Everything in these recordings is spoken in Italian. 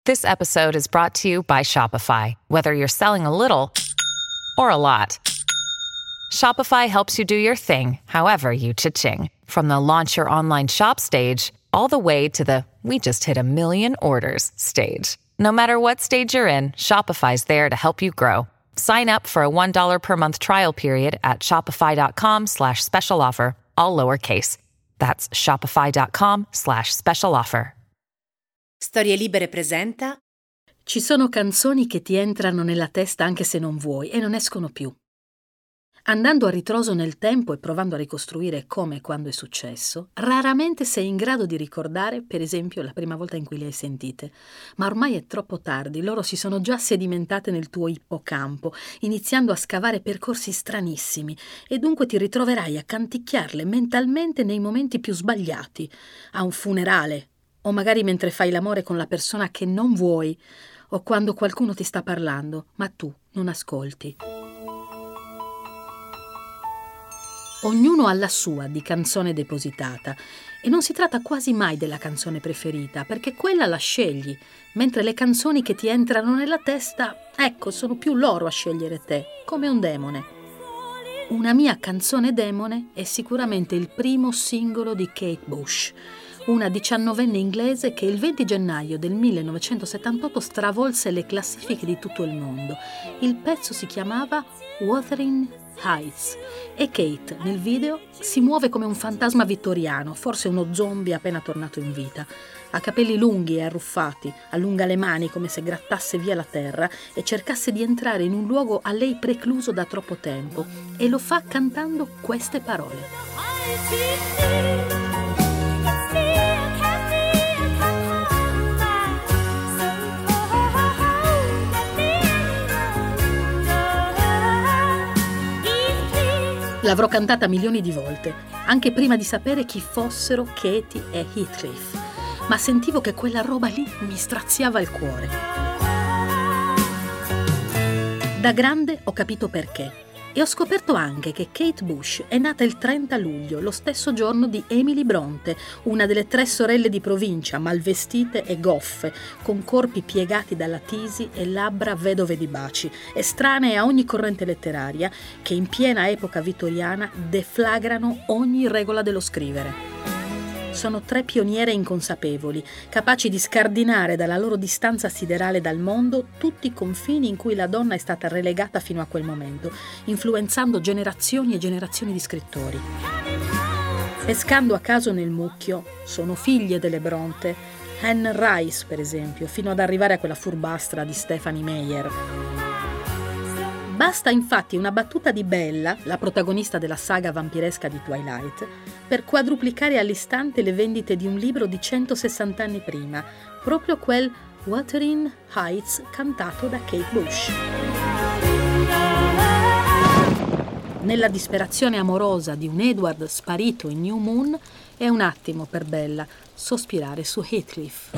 This episode is brought to you by Shopify. Whether you're selling a little or a lot, Shopify helps you do your thing, however you cha-ching. From the launch your online shop stage, all the way to the we just hit 1 million orders stage. No matter what stage you're in, Shopify's there to help you grow. Sign up for a $1 per month trial period at shopify.com/special offer, all lowercase. That's shopify.com/special offer. Storie Libere presenta. Ci sono canzoni che ti entrano nella testa anche se non vuoi e non escono più. Andando a ritroso nel tempo e provando a ricostruire come e quando è successo, raramente sei in grado di ricordare, per esempio, la prima volta in cui le hai sentite. Ma ormai è troppo tardi, loro si sono già sedimentate nel tuo ippocampo, iniziando a scavare percorsi stranissimi, e dunque ti ritroverai a canticchiarle mentalmente nei momenti più sbagliati, a un funerale, o magari mentre fai l'amore con la persona che non vuoi, o quando qualcuno ti sta parlando, ma tu non ascolti. Ognuno ha la sua di canzone depositata e non si tratta quasi mai della canzone preferita, perché quella la scegli, mentre le canzoni che ti entrano nella testa, ecco, sono più loro a scegliere te, come un demone. Una mia canzone demone è sicuramente il primo singolo di Kate Bush, una 19enne inglese che il 20 gennaio del 1978 stravolse le classifiche di tutto il mondo. Il pezzo si chiamava Wuthering Heights e Kate nel video si muove come un fantasma vittoriano, forse uno zombie appena tornato in vita. Ha capelli lunghi e arruffati, allunga le mani come se grattasse via la terra e cercasse di entrare in un luogo a lei precluso da troppo tempo, e lo fa cantando queste parole. L'avrò cantata milioni di volte, anche prima di sapere chi fossero Katie e Heathcliff, ma sentivo che quella roba lì mi straziava il cuore. Da grande ho capito perché e ho scoperto anche che Kate Bush è nata il 30 luglio, lo stesso giorno di Emily Bronte, una delle 3 sorelle di provincia, malvestite e goffe, con corpi piegati dalla tisi e labbra vedove di baci, estranee a ogni corrente letteraria, che in piena epoca vittoriana deflagrano ogni regola dello scrivere. Sono 3 pioniere inconsapevoli, capaci di scardinare dalla loro distanza siderale dal mondo tutti i confini in cui la donna è stata relegata fino a quel momento, influenzando generazioni e generazioni di scrittori. Pescando a caso nel mucchio, sono figlie delle Bronte, Anne Rice per esempio, fino ad arrivare a quella furbastra di Stephenie Meyer. Basta infatti una battuta di Bella, la protagonista della saga vampiresca di Twilight, per quadruplicare all'istante le vendite di un libro di 160 anni prima, proprio quel Wuthering Heights cantato da Kate Bush. Nella disperazione amorosa di un Edward sparito in New Moon, è un attimo per Bella sospirare su Heathcliff.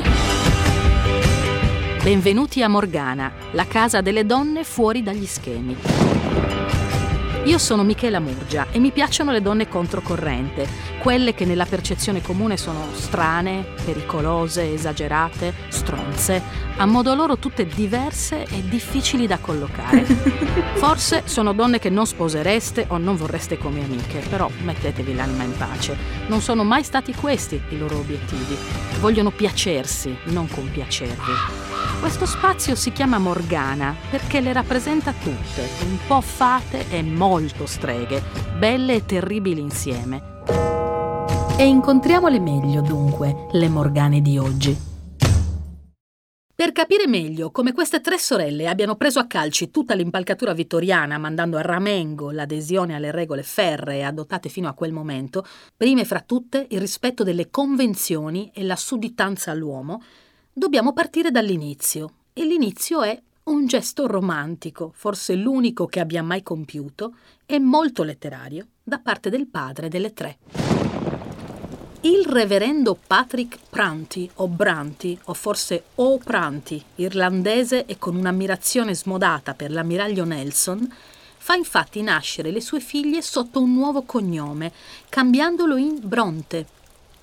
Benvenuti a Morgana, la casa delle donne fuori dagli schemi. Io sono Michela Murgia e mi piacciono le donne controcorrente, quelle che nella percezione comune sono strane, pericolose, esagerate, stronze, a modo loro tutte diverse e difficili da collocare. Forse sono donne che non sposereste o non vorreste come amiche, però mettetevi l'anima in pace. Non sono mai stati questi i loro obiettivi. Vogliono piacersi, non compiacervi. Questo spazio si chiama Morgana perché le rappresenta tutte, un po' fate e molto streghe, belle e terribili insieme. E incontriamole meglio, dunque, le Morgane di oggi. Per capire meglio come queste 3 sorelle abbiano preso a calci tutta l'impalcatura vittoriana, mandando a ramengo l'adesione alle regole ferree adottate fino a quel momento, prime fra tutte il rispetto delle convenzioni e la sudditanza all'uomo, dobbiamo partire dall'inizio, e l'inizio è un gesto romantico, forse l'unico che abbia mai compiuto, e molto letterario, da parte del padre delle 3. Il reverendo Patrick Pranti, o Branti, o forse O'Pranti, irlandese e con un'ammirazione smodata per l'ammiraglio Nelson, fa infatti nascere le sue figlie sotto un nuovo cognome, cambiandolo in Bronte.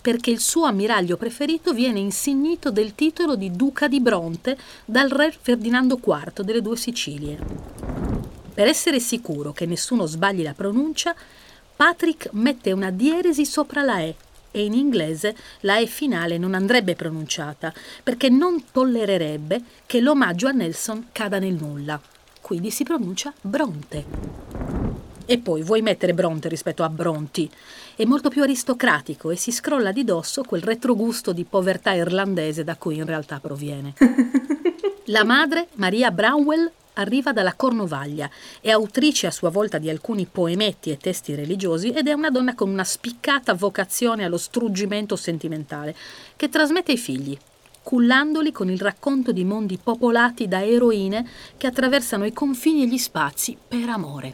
perché il suo ammiraglio preferito viene insignito del titolo di Duca di Bronte dal re Ferdinando IV delle Due Sicilie. Per essere sicuro che nessuno sbagli la pronuncia, Patrick mette una dieresi sopra la E e in inglese la E finale non andrebbe pronunciata perché non tollererebbe che l'omaggio a Nelson cada nel nulla. Quindi si pronuncia Bronte. E poi vuoi mettere Bronte rispetto a Bronti? È molto più aristocratico e si scrolla di dosso quel retrogusto di povertà irlandese da cui in realtà proviene. La madre, Maria Branwell, arriva dalla Cornovaglia, è autrice a sua volta di alcuni poemetti e testi religiosi ed è una donna con una spiccata vocazione allo struggimento sentimentale che trasmette ai figli, cullandoli con il racconto di mondi popolati da eroine che attraversano i confini e gli spazi per amore.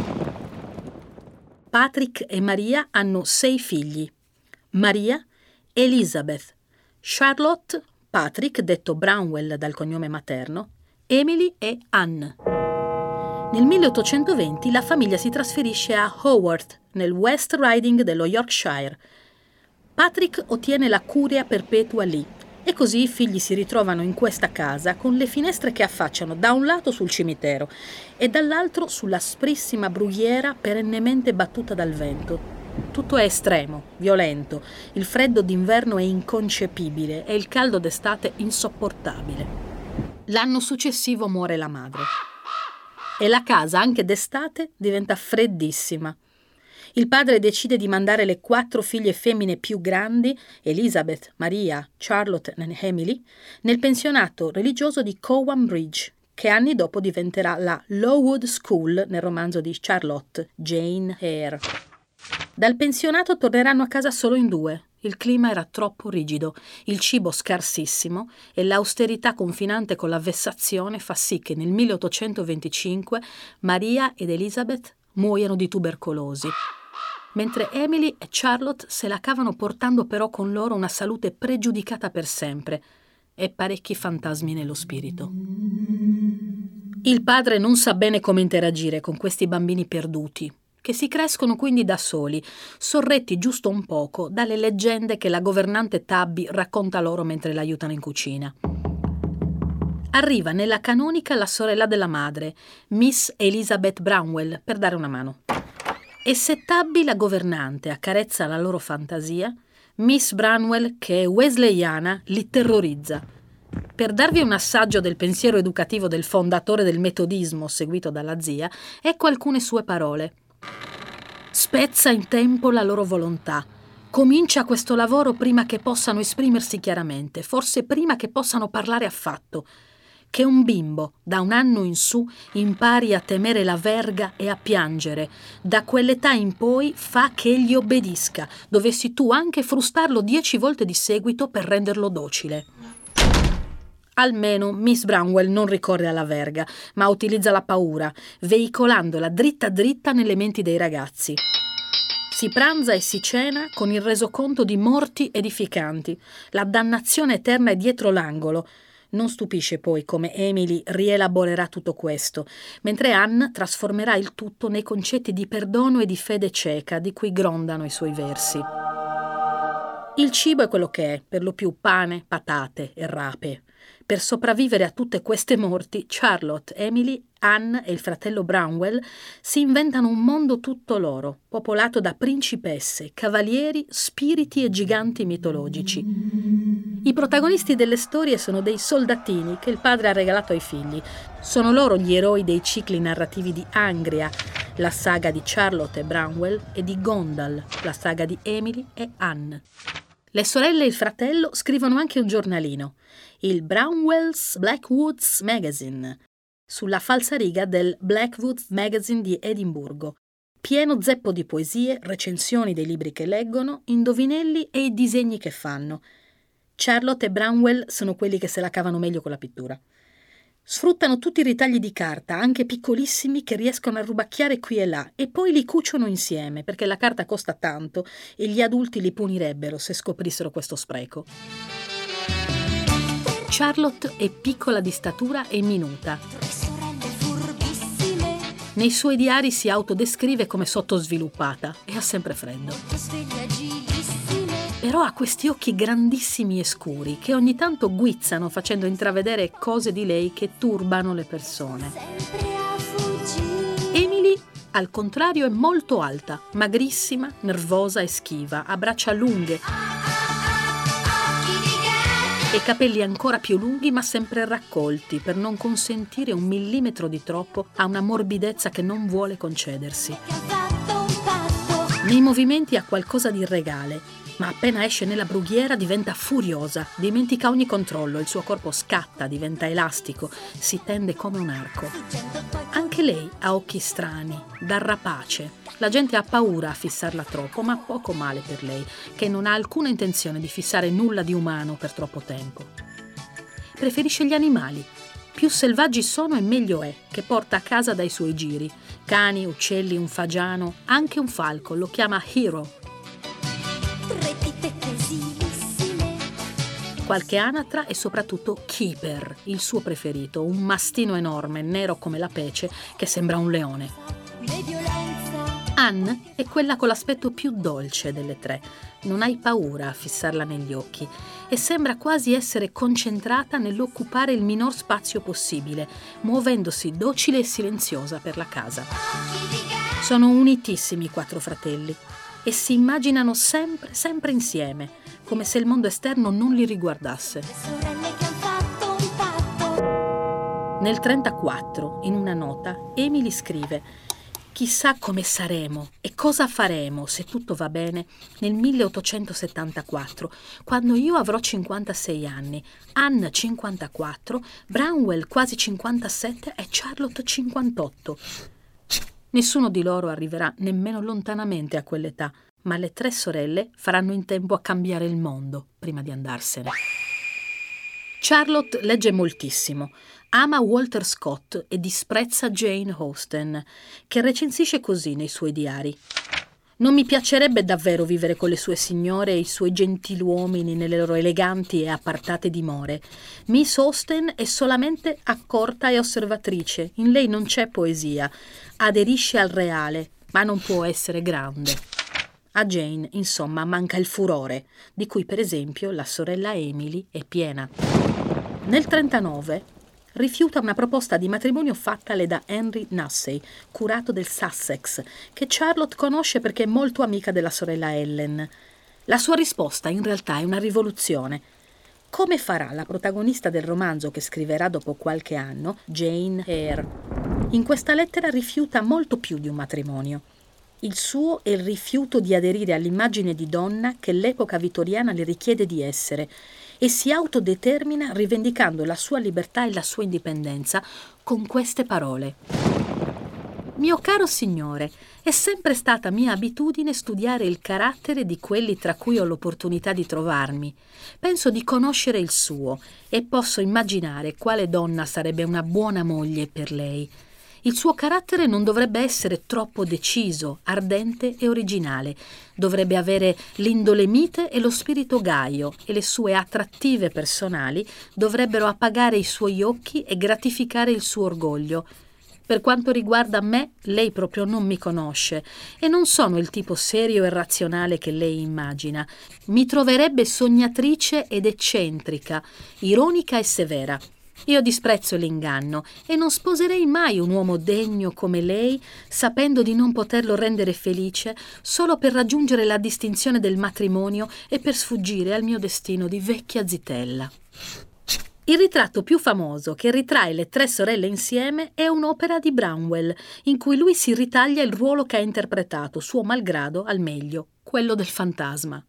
Patrick e Maria hanno 6 figli: Maria, Elizabeth, Charlotte, Patrick, detto Branwell dal cognome materno, Emily e Anne. Nel 1820 la famiglia si trasferisce a Haworth, nel West Riding dello Yorkshire. Patrick ottiene la curia perpetua lì e così i figli si ritrovano in questa casa con le finestre che affacciano da un lato sul cimitero e dall'altro sull'asprissima brughiera perennemente battuta dal vento. Tutto è estremo, violento, il freddo d'inverno è inconcepibile e il caldo d'estate insopportabile. L'anno successivo muore la madre e la casa, anche d'estate, diventa freddissima. Il padre decide di mandare le 4 figlie femmine più grandi, Elizabeth, Maria, Charlotte e Emily, nel pensionato religioso di Cowan Bridge, che anni dopo diventerà la Lowood School nel romanzo di Charlotte, Jane Eyre. Dal pensionato torneranno a casa solo in 2. Il clima era troppo rigido, il cibo scarsissimo e l'austerità confinante con la vessazione fa sì che nel 1825 Maria ed Elizabeth muoiano di tubercolosi, mentre Emily e Charlotte se la cavano portando però con loro una salute pregiudicata per sempre e parecchi fantasmi nello spirito. Il padre non sa bene come interagire con questi bambini perduti, che si crescono quindi da soli, sorretti giusto un poco dalle leggende che la governante Tabby racconta loro mentre l'aiutano in cucina. Arriva nella canonica la sorella della madre, Miss Elizabeth Branwell, per dare una mano. E se Tabby, la governante, accarezza la loro fantasia, Miss Branwell, che è wesleyana, li terrorizza. Per darvi un assaggio del pensiero educativo del fondatore del metodismo seguito dalla zia, ecco alcune sue parole. Spezza in tempo la loro volontà. Comincia questo lavoro prima che possano esprimersi chiaramente, forse prima che possano parlare affatto. Che un bimbo, da 1 anno in su, impari a temere la verga e a piangere. Da quell'età in poi fa che egli obbedisca, dovessi tu anche frustarlo 10 volte di seguito per renderlo docile. Almeno Miss Branwell non ricorre alla verga, ma utilizza la paura, veicolandola dritta dritta nelle menti dei ragazzi. Si pranza e si cena con il resoconto di morti edificanti. La dannazione eterna è dietro l'angolo. Non stupisce poi come Emily rielaborerà tutto questo, mentre Anne trasformerà il tutto nei concetti di perdono e di fede cieca di cui grondano i suoi versi. Il cibo è quello che è, per lo più pane, patate e rape. Per sopravvivere a tutte queste morti, Charlotte, Emily, Anne e il fratello Branwell si inventano un mondo tutto loro, popolato da principesse, cavalieri, spiriti e giganti mitologici. I protagonisti delle storie sono dei soldatini che il padre ha regalato ai figli. Sono loro gli eroi dei cicli narrativi di Angria, la saga di Charlotte e Branwell, e di Gondal, la saga di Emily e Anne. Le sorelle e il fratello scrivono anche un giornalino, il Branwell's Blackwoods Magazine, sulla falsariga del Blackwoods Magazine di Edimburgo, pieno zeppo di poesie, recensioni dei libri che leggono, indovinelli e i disegni che fanno. Charlotte e Branwell sono quelli che se la cavano meglio con la pittura. Sfruttano tutti i ritagli di carta, anche piccolissimi, che riescono a rubacchiare qui e là, e poi li cuciono insieme, perché la carta costa tanto e gli adulti li punirebbero se scoprissero questo spreco. Charlotte è piccola di statura e minuta. Nei suoi diari si autodescrive come sottosviluppata e ha sempre freddo. Però Però ha questi occhi grandissimi e scuri che ogni tanto guizzano facendo intravedere cose di lei che turbano le persone. Emily, al contrario, è molto alta, magrissima, nervosa e schiva, ha braccia lunghe e capelli ancora più lunghi ma sempre raccolti per non consentire un millimetro di troppo a una morbidezza che non vuole concedersi. Nei movimenti ha qualcosa di irregale, ma appena esce nella brughiera diventa furiosa, dimentica ogni controllo, il suo corpo scatta, diventa elastico, si tende come un arco. Anche lei ha occhi strani, da rapace. La gente ha paura a fissarla troppo, ma poco male per lei, che non ha alcuna intenzione di fissare nulla di umano per troppo tempo. Preferisce gli animali. Più selvaggi sono e meglio è, che porta a casa dai suoi giri. Cani, uccelli, un fagiano, anche un falco, lo chiama Hero. Qualche anatra e soprattutto Keeper, il suo preferito, un mastino enorme, nero come la pece, che sembra un leone. Anne è quella con l'aspetto più dolce delle tre. Non hai paura a fissarla negli occhi e sembra quasi essere concentrata nell'occupare il minor spazio possibile, muovendosi docile e silenziosa per la casa. Sono unitissimi i 4 fratelli e si immaginano sempre insieme, come se il mondo esterno non li riguardasse. Nel 1934, in una nota, Emily scrive: chissà come saremo e cosa faremo, se tutto va bene, nel 1874, quando io avrò 56 anni, Anne 54, Branwell quasi 57 e Charlotte 58. Nessuno di loro arriverà nemmeno lontanamente a quell'età, ma le 3 sorelle faranno in tempo a cambiare il mondo prima di andarsene. Charlotte legge moltissimo, ama Walter Scott e disprezza Jane Austen, che recensisce così nei suoi diari: non mi piacerebbe davvero vivere con le sue signore e i suoi gentiluomini nelle loro eleganti e appartate dimore. Miss Austen è solamente accorta e osservatrice, in lei non c'è poesia, aderisce al reale, ma non può essere grande. A Jane, insomma, manca il furore, di cui per esempio la sorella Emily è piena. Nel 1939 rifiuta una proposta di matrimonio fattale da Henry Nussey, curato del Sussex, che Charlotte conosce perché è molto amica della sorella Ellen. La sua risposta in realtà è una rivoluzione. Come farà la protagonista del romanzo che scriverà dopo qualche anno, Jane Eyre? In questa lettera rifiuta molto più di un matrimonio. Il suo è il rifiuto di aderire all'immagine di donna che l'epoca vittoriana le richiede di essere, e si autodetermina rivendicando la sua libertà e la sua indipendenza con queste parole: mio caro signore, è sempre stata mia abitudine studiare il carattere di quelli tra cui ho l'opportunità di trovarmi. Penso di conoscere il suo e posso immaginare quale donna sarebbe una buona moglie per lei. Il suo carattere non dovrebbe essere troppo deciso, ardente e originale. Dovrebbe avere l'indole mite e lo spirito gaio, e le sue attrattive personali dovrebbero appagare i suoi occhi e gratificare il suo orgoglio. Per quanto riguarda me, lei proprio non mi conosce e non sono il tipo serio e razionale che lei immagina. Mi troverebbe sognatrice ed eccentrica, ironica e severa. Io disprezzo l'inganno e non sposerei mai un uomo degno come lei, sapendo di non poterlo rendere felice solo per raggiungere la distinzione del matrimonio e per sfuggire al mio destino di vecchia zitella. Il ritratto più famoso che ritrae le 3 sorelle insieme è un'opera di Branwell, in cui lui si ritaglia il ruolo che ha interpretato, suo malgrado, al meglio, quello del fantasma.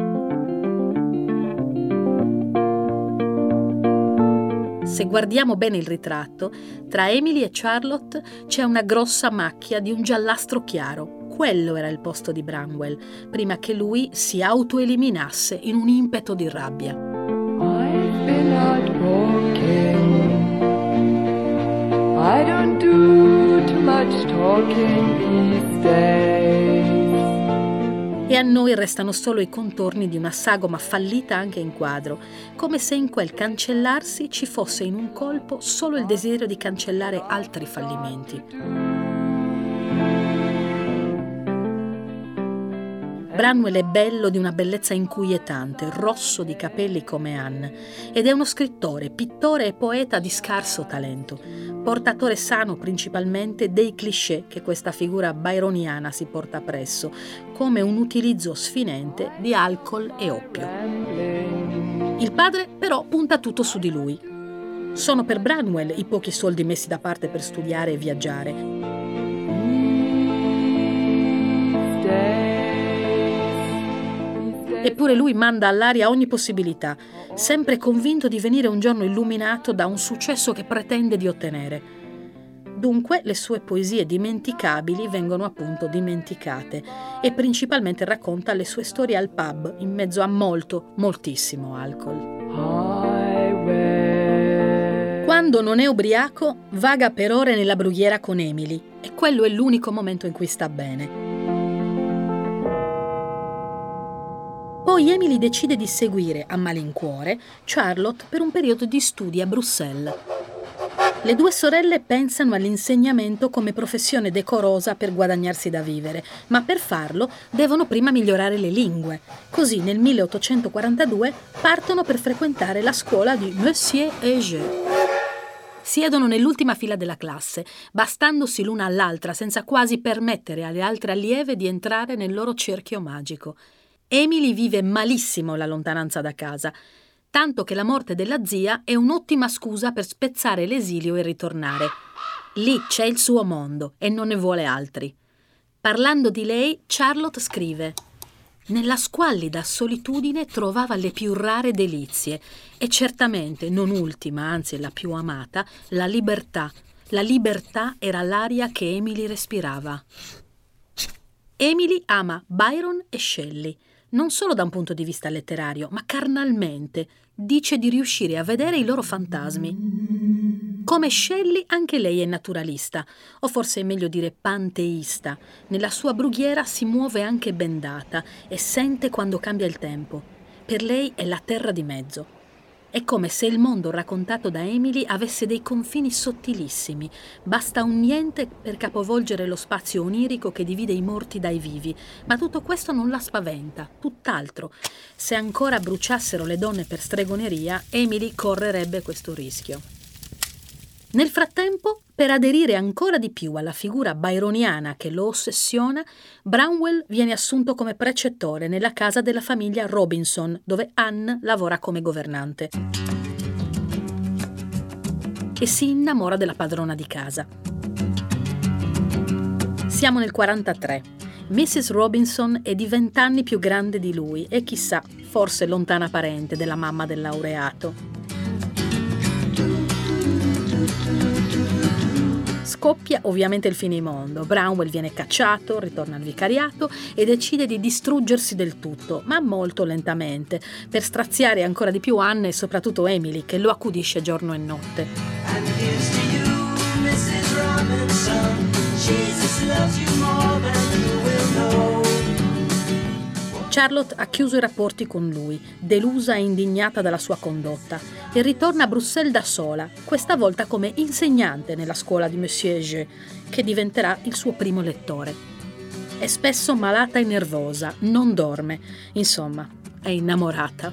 Se guardiamo bene il ritratto, tra Emily e Charlotte c'è una grossa macchia di un giallastro chiaro. Quello era il posto di Branwell, prima che lui si autoeliminasse in un impeto di rabbia. I've been heartbroken. I don't do too much talking these days. E a noi restano solo i contorni di una sagoma fallita anche in quadro, come se in quel cancellarsi ci fosse in un colpo solo il desiderio di cancellare altri fallimenti. Branwell è bello di una bellezza inquietante, rosso di capelli come Anne, ed è uno scrittore, pittore e poeta di scarso talento, portatore sano principalmente dei cliché che questa figura byroniana si porta appresso, come un utilizzo sfinente di alcol e oppio. Il padre però punta tutto su di lui. Sono per Branwell i pochi soldi messi da parte per studiare e viaggiare. Eppure lui manda all'aria ogni possibilità, sempre convinto di venire un giorno illuminato da un successo che pretende di ottenere. Dunque le sue poesie dimenticabili vengono appunto dimenticate e principalmente racconta le sue storie al pub in mezzo a moltissimo alcol. Quando non è ubriaco, vaga per ore nella brughiera con Emily e quello è l'unico momento in cui sta bene. Poi Emily decide di seguire a malincuore Charlotte per un periodo di studi a Bruxelles. Le due sorelle pensano all'insegnamento come professione decorosa per guadagnarsi da vivere, ma per farlo devono prima migliorare le lingue. Così nel 1842 partono per frequentare la scuola di Monsieur Heger. Siedono nell'ultima fila della classe, bastandosi l'una all'altra senza quasi permettere alle altre allieve di entrare nel loro cerchio magico. Emily vive malissimo la lontananza da casa, tanto che la morte della zia è un'ottima scusa per spezzare l'esilio e ritornare. Lì c'è il suo mondo e non ne vuole altri. Parlando di lei, Charlotte scrive: «Nella squallida solitudine trovava le più rare delizie e certamente, non ultima, anzi la più amata, la libertà. La libertà era l'aria che Emily respirava». Emily ama Byron e Shelley, non solo da un punto di vista letterario, ma carnalmente. Dice di riuscire a vedere i loro fantasmi. Come Shelley, anche lei è naturalista, o forse è meglio dire panteista. Nella sua brughiera si muove anche bendata e sente quando cambia il tempo. Per lei è la terra di mezzo. È come se il mondo raccontato da Emily avesse dei confini sottilissimi. Basta un niente per capovolgere lo spazio onirico che divide i morti dai vivi. Ma tutto questo non la spaventa, tutt'altro. Se ancora bruciassero le donne per stregoneria, Emily correrebbe questo rischio. Nel frattempo, per aderire ancora di più alla figura byroniana che lo ossessiona, Branwell viene assunto come precettore nella casa della famiglia Robinson, dove Anne lavora come governante. E si innamora della padrona di casa. Siamo nel 43. Mrs. Robinson è di 20 anni più grande di lui e chissà, forse lontana parente della mamma del laureato. Scoppia ovviamente il finimondo. Branwell viene cacciato, ritorna al vicariato e decide di distruggersi del tutto, ma molto lentamente, per straziare ancora di più Anne e soprattutto Emily, che lo accudisce giorno e notte. And here's to you, Mrs. Robinson. Jesus loves you more than you will know. Charlotte ha chiuso i rapporti con lui, delusa e indignata dalla sua condotta, e ritorna a Bruxelles da sola, questa volta come insegnante nella scuola di Monsieur Heger, che diventerà il suo primo lettore. È spesso malata e nervosa, non dorme, insomma, è innamorata.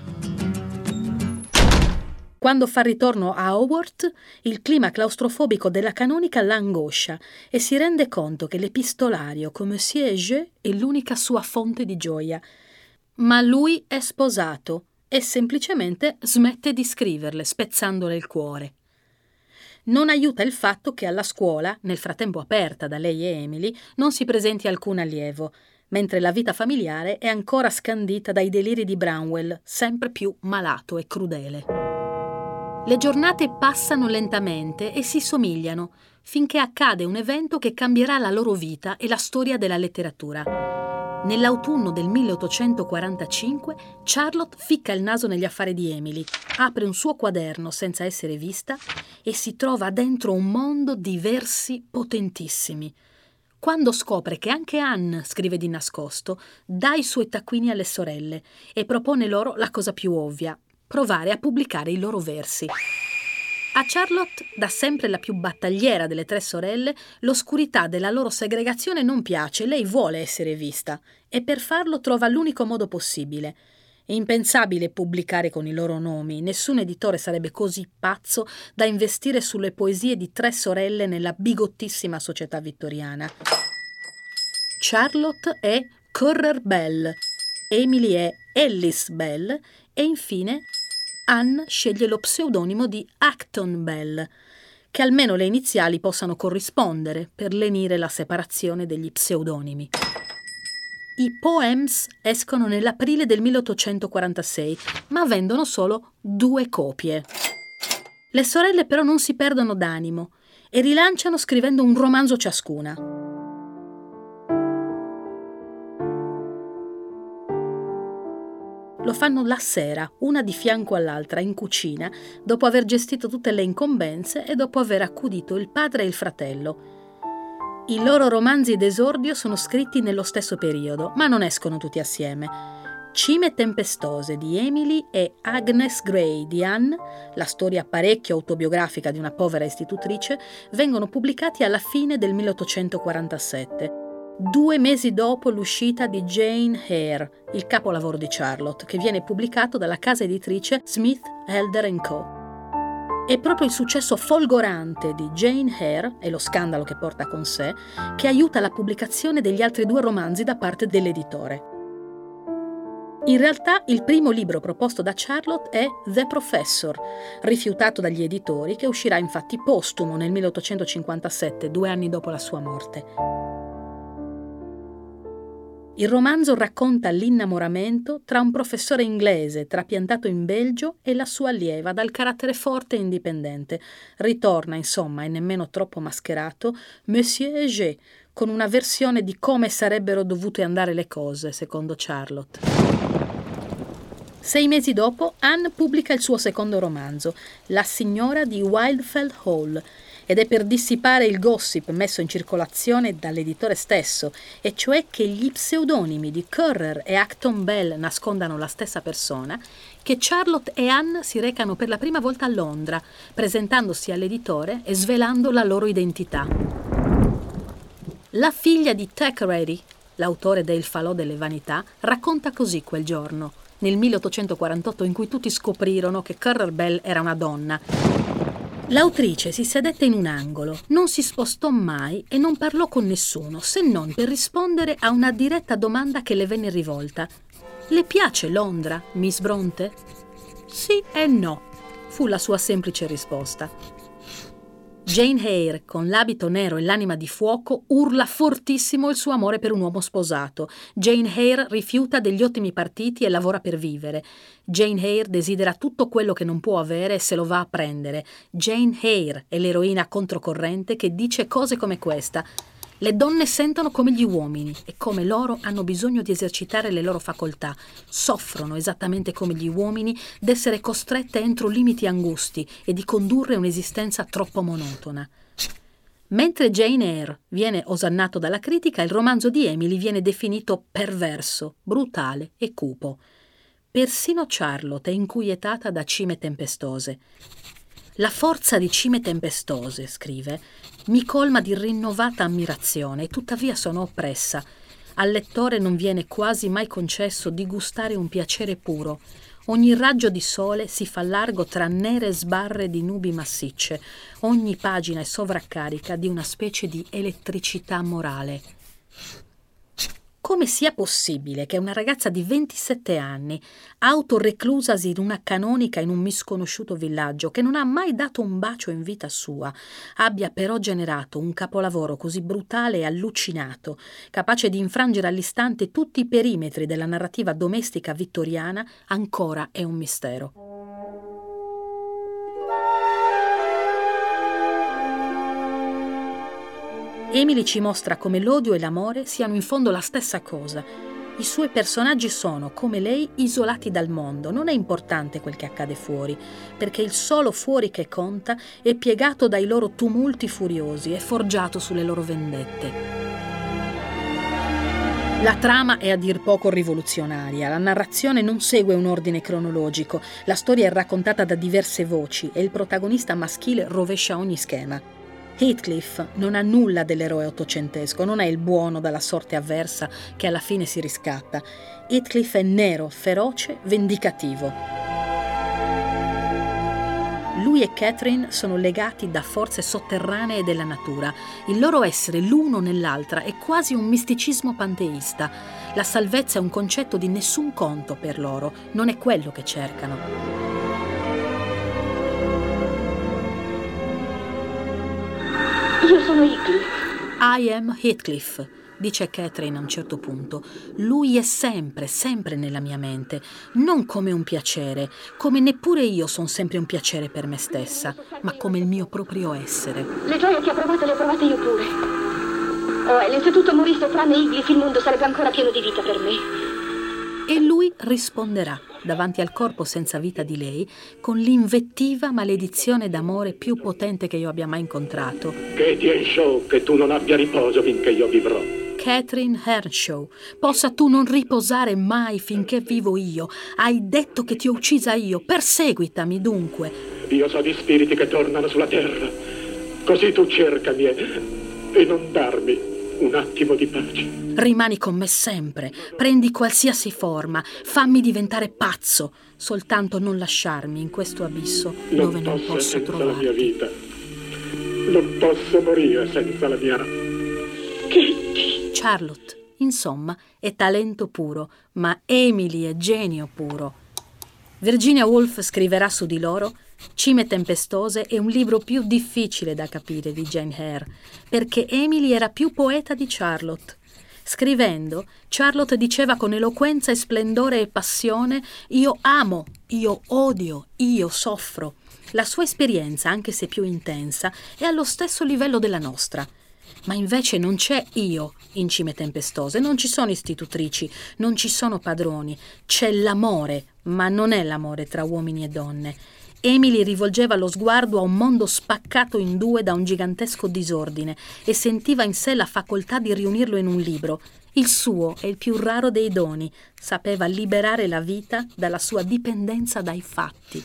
Quando fa ritorno a Haworth, il clima claustrofobico della canonica l'angoscia e si rende conto che l'epistolario con Monsieur Heger è l'unica sua fonte di gioia. Ma lui è sposato e semplicemente smette di scriverle, spezzandole il cuore. Non aiuta il fatto che alla scuola, nel frattempo aperta da lei e Emily, non si presenti alcun allievo, mentre la vita familiare è ancora scandita dai deliri di Branwell, sempre più malato e crudele. Le giornate passano lentamente e si somigliano, finché accade un evento che cambierà la loro vita e la storia della letteratura. Nell'autunno del 1845 Charlotte ficca il naso negli affari di Emily, apre un suo quaderno senza essere vista e si trova dentro un mondo di versi potentissimi. Quando scopre che anche Anne scrive di nascosto, dà i suoi taccuini alle sorelle e propone loro la cosa più ovvia: provare a pubblicare i loro versi. A Charlotte, da sempre la più battagliera delle 3 sorelle, l'oscurità della loro segregazione non piace, lei vuole essere vista e per farlo trova l'unico modo possibile. È impensabile pubblicare con i loro nomi, nessun editore sarebbe così pazzo da investire sulle poesie di 3 sorelle nella bigottissima società vittoriana. Charlotte è Currer Bell, Emily è Alice Bell e infine Anne sceglie lo pseudonimo di Acton Bell, che almeno le iniziali possano corrispondere per lenire la separazione degli pseudonimi. I Poems escono nell'aprile del 1846, ma vendono solo 2 copie. Le sorelle però non si perdono d'animo e rilanciano scrivendo un romanzo ciascuna. Lo fanno la sera, una di fianco all'altra, in cucina, dopo aver gestito tutte le incombenze e dopo aver accudito il padre e il fratello. I loro romanzi d'esordio sono scritti nello stesso periodo, ma non escono tutti assieme. Cime tempestose di Emily e Agnes Grey di Anne, la storia parecchio autobiografica di una povera istitutrice, vengono pubblicati alla fine del 1847, 2 mesi dopo l'uscita di Jane Eyre, il capolavoro di Charlotte, che viene pubblicato dalla casa editrice Smith, Elder & Co. È proprio il successo folgorante di Jane Eyre e lo scandalo che porta con sé che aiuta la pubblicazione degli altri 2 romanzi da parte dell'editore. In realtà il primo libro proposto da Charlotte è The Professor, rifiutato dagli editori, che uscirà infatti postumo nel 1857, 2 anni dopo la sua morte. Il romanzo racconta l'innamoramento tra un professore inglese trapiantato in Belgio e la sua allieva dal carattere forte e indipendente. Ritorna, insomma, e nemmeno troppo mascherato, Monsieur Heger, con una versione di come sarebbero dovute andare le cose, secondo Charlotte. 6 mesi dopo, Anne pubblica il suo secondo romanzo, La signora di Wildfell Hall, ed è per dissipare il gossip messo in circolazione dall'editore stesso, e cioè che gli pseudonimi di Currer e Acton Bell nascondano la stessa persona, che Charlotte e Anne si recano per la prima volta a Londra, presentandosi all'editore e svelando la loro identità. La figlia di Thackeray, l'autore del Falò delle Vanità, racconta così quel giorno, nel 1848, in cui tutti scoprirono che Currer Bell era una donna. L'autrice si sedette in un angolo, non si spostò mai e non parlò con nessuno, se non per rispondere a una diretta domanda che le venne rivolta. «Le piace Londra, Miss Bronte?» «Sì e no», fu la sua semplice risposta. Jane Eyre, con l'abito nero e l'anima di fuoco, urla fortissimo il suo amore per un uomo sposato. Jane Eyre rifiuta degli ottimi partiti e lavora per vivere. Jane Eyre desidera tutto quello che non può avere e se lo va a prendere. Jane Eyre è l'eroina controcorrente che dice cose come questa: le donne sentono come gli uomini e come loro hanno bisogno di esercitare le loro facoltà. Soffrono esattamente come gli uomini d'essere costrette entro limiti angusti e di condurre un'esistenza troppo monotona. Mentre Jane Eyre viene osannato dalla critica, il romanzo di Emily viene definito perverso, brutale e cupo. Persino Charlotte è inquietata da Cime tempestose. La forza di Cime tempestose, scrive, mi colma di rinnovata ammirazione e tuttavia sono oppressa. Al lettore non viene quasi mai concesso di gustare un piacere puro. Ogni raggio di sole si fa largo tra nere sbarre di nubi massicce. Ogni pagina è sovraccarica di una specie di elettricità morale. Come sia possibile che una ragazza di 27 anni, autoreclusasi in una canonica in un misconosciuto villaggio, che non ha mai dato un bacio in vita sua, abbia però generato un capolavoro così brutale e allucinato, capace di infrangere all'istante tutti i perimetri della narrativa domestica vittoriana, ancora è un mistero. Emily ci mostra come l'odio e l'amore siano in fondo la stessa cosa. I suoi personaggi sono, come lei, isolati dal mondo. Non è importante quel che accade fuori, perché il solo fuori che conta è piegato dai loro tumulti furiosi e forgiato sulle loro vendette. La trama è a dir poco rivoluzionaria, la narrazione non segue un ordine cronologico, la storia è raccontata da diverse voci e il protagonista maschile rovescia ogni schema. Heathcliff non ha nulla dell'eroe ottocentesco, non è il buono dalla sorte avversa che alla fine si riscatta. Heathcliff è nero, feroce, vendicativo. Lui e Catherine sono legati da forze sotterranee della natura. Il loro essere l'uno nell'altra è quasi un misticismo panteista. La salvezza è un concetto di nessun conto per loro, non è quello che cercano. Io sono Heathcliff. I am Heathcliff, dice Catherine a un certo punto. Lui è sempre, sempre nella mia mente, non come un piacere, come neppure io sono sempre un piacere per me stessa, ma come il mio proprio essere. Le gioie che ha provato le ho provate io pure. Oh, Ellen, se tutto morisse tranne Heathcliff, il mondo sarebbe ancora pieno di vita per me. E lui risponderà, davanti al corpo senza vita di lei, con l'invettiva maledizione d'amore più potente che io abbia mai incontrato. Che ti Earnshaw, che tu non abbia riposo finché io vivrò. Catherine Earnshaw, possa tu non riposare mai finché vivo io. Hai detto che ti ho uccisa io, perseguitami dunque. Io so di spiriti che tornano sulla terra. Così tu cercami e non darmi un attimo di pace. Rimani con me sempre, prendi qualsiasi forma, fammi diventare pazzo, soltanto non lasciarmi in questo abisso dove non posso trovarti. La mia vita. Non posso morire senza la mia Charlotte, insomma, è talento puro, ma Emily è genio puro. Virginia Woolf scriverà su di loro Cime tempestose è un libro più difficile da capire di Jane Eyre, perché Emily era più poeta di Charlotte. Scrivendo, Charlotte diceva con eloquenza e splendore e passione: io amo, io odio, io soffro. La sua esperienza, anche se più intensa, è allo stesso livello della nostra. Ma invece non c'è io in Cime tempestose, non ci sono istitutrici, non ci sono padroni, c'è l'amore, ma non è l'amore tra uomini e donne. Emily rivolgeva lo sguardo a un mondo spaccato in due da un gigantesco disordine e sentiva in sé la facoltà di riunirlo in un libro. Il suo è il più raro dei doni, sapeva liberare la vita dalla sua dipendenza dai fatti.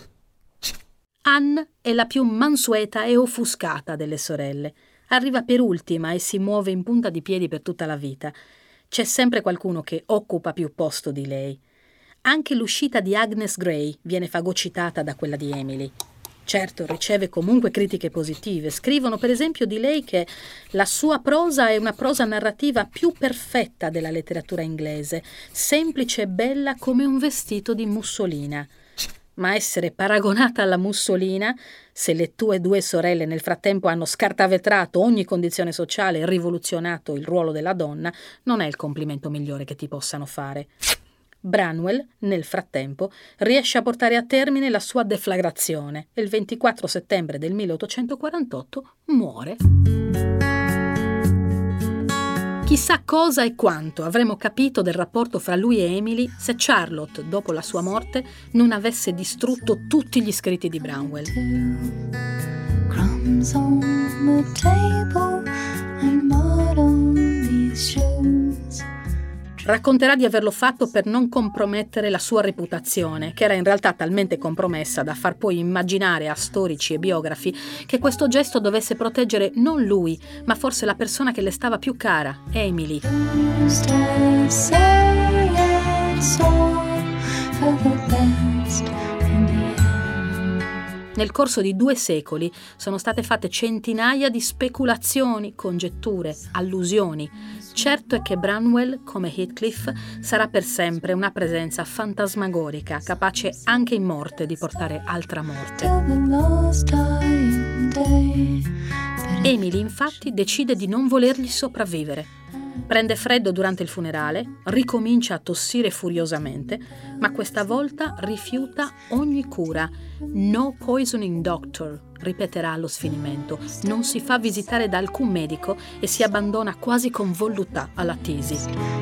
Anne è la più mansueta e offuscata delle sorelle. Arriva per ultima e si muove in punta di piedi per tutta la vita. C'è sempre qualcuno che occupa più posto di lei. Anche l'uscita di Agnes Grey viene fagocitata da quella di Emily. Certo, riceve comunque critiche positive. Scrivono per esempio di lei che la sua prosa è una prosa narrativa più perfetta della letteratura inglese, semplice e bella come un vestito di mussolina. Ma essere paragonata alla mussolina, se le tue due sorelle nel frattempo hanno scartavetrato ogni condizione sociale e rivoluzionato il ruolo della donna, non è il complimento migliore che ti possano fare. Branwell, nel frattempo, riesce a portare a termine la sua deflagrazione e il 24 settembre del 1848 muore. Chissà cosa e quanto avremmo capito del rapporto fra lui e Emily se Charlotte, dopo la sua morte, non avesse distrutto tutti gli scritti di Branwell. Crumbs on the table and mud on these shoes. Racconterà di averlo fatto per non compromettere la sua reputazione, che era in realtà talmente compromessa da far poi immaginare a storici e biografi che questo gesto dovesse proteggere non lui, ma forse la persona che le stava più cara, Emily. Nel corso di 2 secoli sono state fatte centinaia di speculazioni, congetture, allusioni. Certo è che Branwell, come Heathcliff, sarà per sempre una presenza fantasmagorica, capace anche in morte di portare altra morte. Emily, infatti, decide di non volergli sopravvivere. Prende freddo durante il funerale, ricomincia a tossire furiosamente, ma questa volta rifiuta ogni cura. No poisoning doctor, ripeterà allo sfinimento. Non si fa visitare da alcun medico e si abbandona quasi con voluttà alla tisi.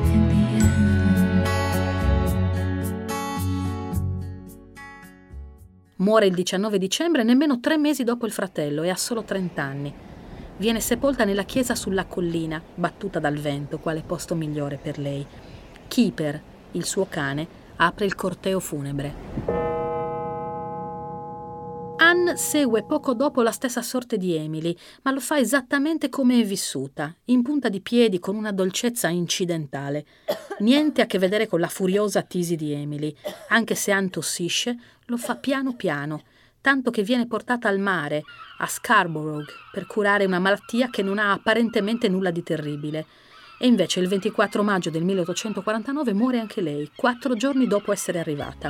Muore il 19 dicembre, nemmeno 3 mesi dopo il fratello, e ha solo 30 anni. Viene sepolta nella chiesa sulla collina, battuta dal vento, quale posto migliore per lei. Keeper, il suo cane, apre il corteo funebre. Anne segue poco dopo la stessa sorte di Emily, ma lo fa esattamente come è vissuta, in punta di piedi con una dolcezza incidentale. Niente a che vedere con la furiosa tisi di Emily. Anche se Anne tossisce, lo fa piano piano, tanto che viene portata al mare, a Scarborough, per curare una malattia che non ha apparentemente nulla di terribile. E invece il 24 maggio del 1849 muore anche lei, 4 giorni dopo essere arrivata.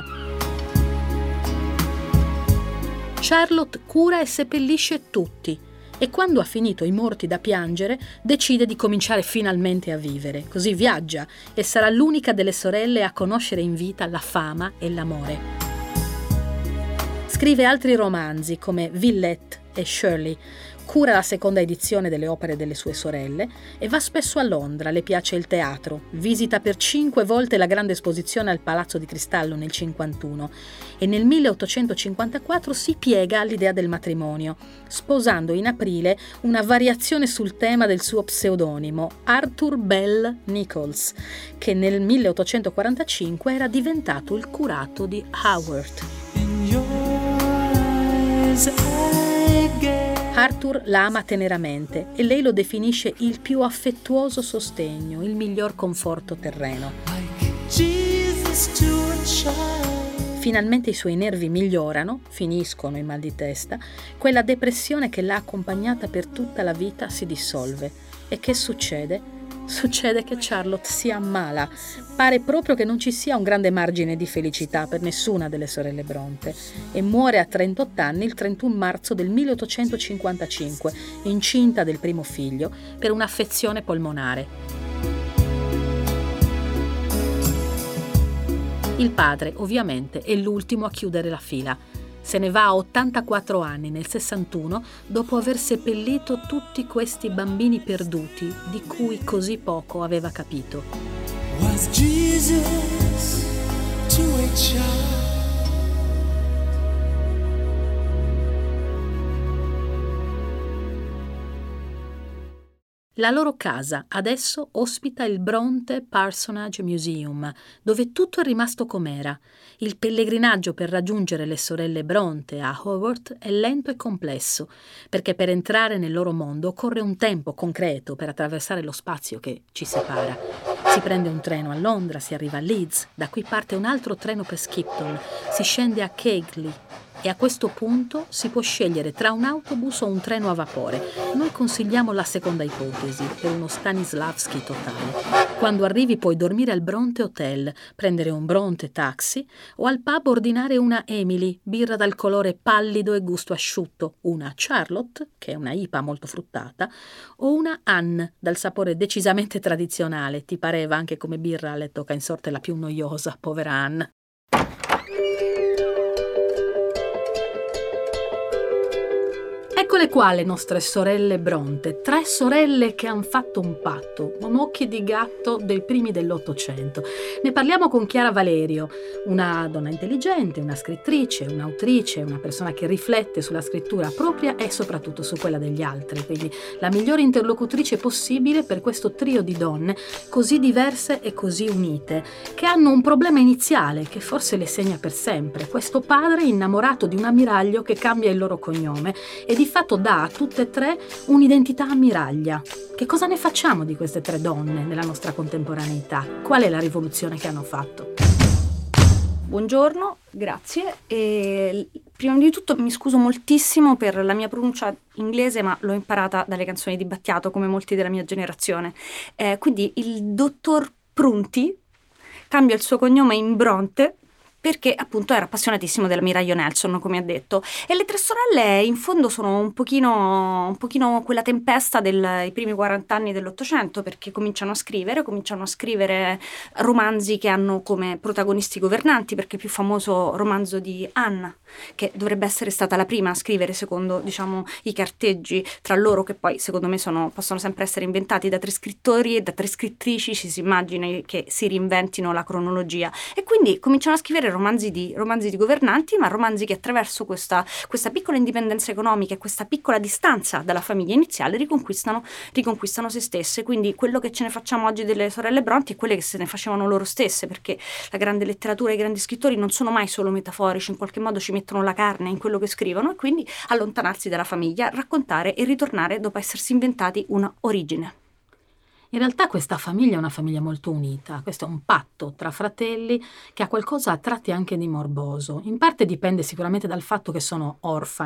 Charlotte cura e seppellisce tutti e quando ha finito i morti da piangere decide di cominciare finalmente a vivere. Così viaggia e sarà l'unica delle sorelle a conoscere in vita la fama e l'amore. Scrive altri romanzi come Villette e Shirley, cura la seconda edizione delle opere delle sue sorelle e va spesso a Londra, le piace il teatro, visita per 5 volte la grande esposizione al Palazzo di Cristallo nel 1951 e nel 1854 si piega all'idea del matrimonio, sposando in aprile una variazione sul tema del suo pseudonimo, Arthur Bell Nichols, che nel 1845 era diventato il curato di Haworth. Arthur la ama teneramente e lei lo definisce il più affettuoso sostegno, il miglior conforto terreno. Finalmente i suoi nervi migliorano, finiscono i mal di testa, quella depressione che l'ha accompagnata per tutta la vita si dissolve. E che succede? Succede che Charlotte si ammala. Pare proprio che non ci sia un grande margine di felicità per nessuna delle sorelle Bronte e muore a 38 anni il 31 marzo del 1855, incinta del primo figlio per un'affezione polmonare. Il padre, ovviamente, è l'ultimo a chiudere la fila. Se ne va a 84 anni nel 61 dopo aver seppellito tutti questi bambini perduti di cui così poco aveva capito. Was Jesus to a child? La loro casa adesso ospita il Bronte Parsonage Museum, dove tutto è rimasto com'era. Il pellegrinaggio per raggiungere le sorelle Bronte a Haworth è lento e complesso, perché per entrare nel loro mondo occorre un tempo concreto per attraversare lo spazio che ci separa. Si prende un treno a Londra, si arriva a Leeds, da qui parte un altro treno per Skipton, si scende a Keighley e a questo punto si può scegliere tra un autobus o un treno a vapore. Noi consigliamo la seconda ipotesi, per uno Stanislavski totale. Quando arrivi puoi dormire al Bronte Hotel, prendere un Bronte taxi o al pub ordinare una Emily, birra dal colore pallido e gusto asciutto, una Charlotte, che è una IPA molto fruttata, o una Anne, dal sapore decisamente tradizionale. Ti pareva anche come birra le tocca in sorte la più noiosa, povera Anne. Eccole qua le nostre sorelle Bronte, 3 sorelle che han fatto un patto, con occhi di gatto dei primi dell'Ottocento. Ne parliamo con Chiara Valerio, una donna intelligente, una scrittrice, un'autrice, una persona che riflette sulla scrittura propria e soprattutto su quella degli altri, quindi la migliore interlocutrice possibile per questo trio di donne così diverse e così unite, che hanno un problema iniziale che forse le segna per sempre, questo padre innamorato di un ammiraglio che cambia il loro cognome e di fatto dà a tutte e 3 un'identità ammiraglia. Che cosa ne facciamo di queste 3 donne nella nostra contemporaneità? Qual è la rivoluzione che hanno fatto? Buongiorno, grazie. E prima di tutto mi scuso moltissimo per la mia pronuncia inglese, ma l'ho imparata dalle canzoni di Battiato, come molti della mia generazione. Quindi il dottor Prunti cambia il suo cognome in Bronte perché appunto era appassionatissimo dell'ammiraglio Nelson, come ha detto. E le 3 sorelle in fondo sono un pochino quella tempesta dei primi 40 anni dell'Ottocento, perché cominciano a scrivere romanzi che hanno come protagonisti governanti, perché il più famoso romanzo di Anna, che dovrebbe essere stata la prima a scrivere secondo, diciamo, i carteggi tra loro, che poi secondo me possono sempre essere inventati da 3 scrittori e da 3 scrittrici, ci si immagina che si reinventino la cronologia, e quindi cominciano a scrivere essere romanzi di governanti, ma romanzi che attraverso questa piccola indipendenza economica e questa piccola distanza dalla famiglia iniziale riconquistano se stesse. Quindi quello che ce ne facciamo oggi delle sorelle Brontë è quelle che se ne facevano loro stesse, perché la grande letteratura e i grandi scrittori non sono mai solo metaforici, in qualche modo ci mettono la carne in quello che scrivono, e quindi allontanarsi dalla famiglia, raccontare e ritornare dopo essersi inventati una origine. In realtà questa famiglia è una famiglia molto unita, questo è un patto tra fratelli che ha qualcosa a tratti anche di morboso. In parte dipende sicuramente dal fatto che sono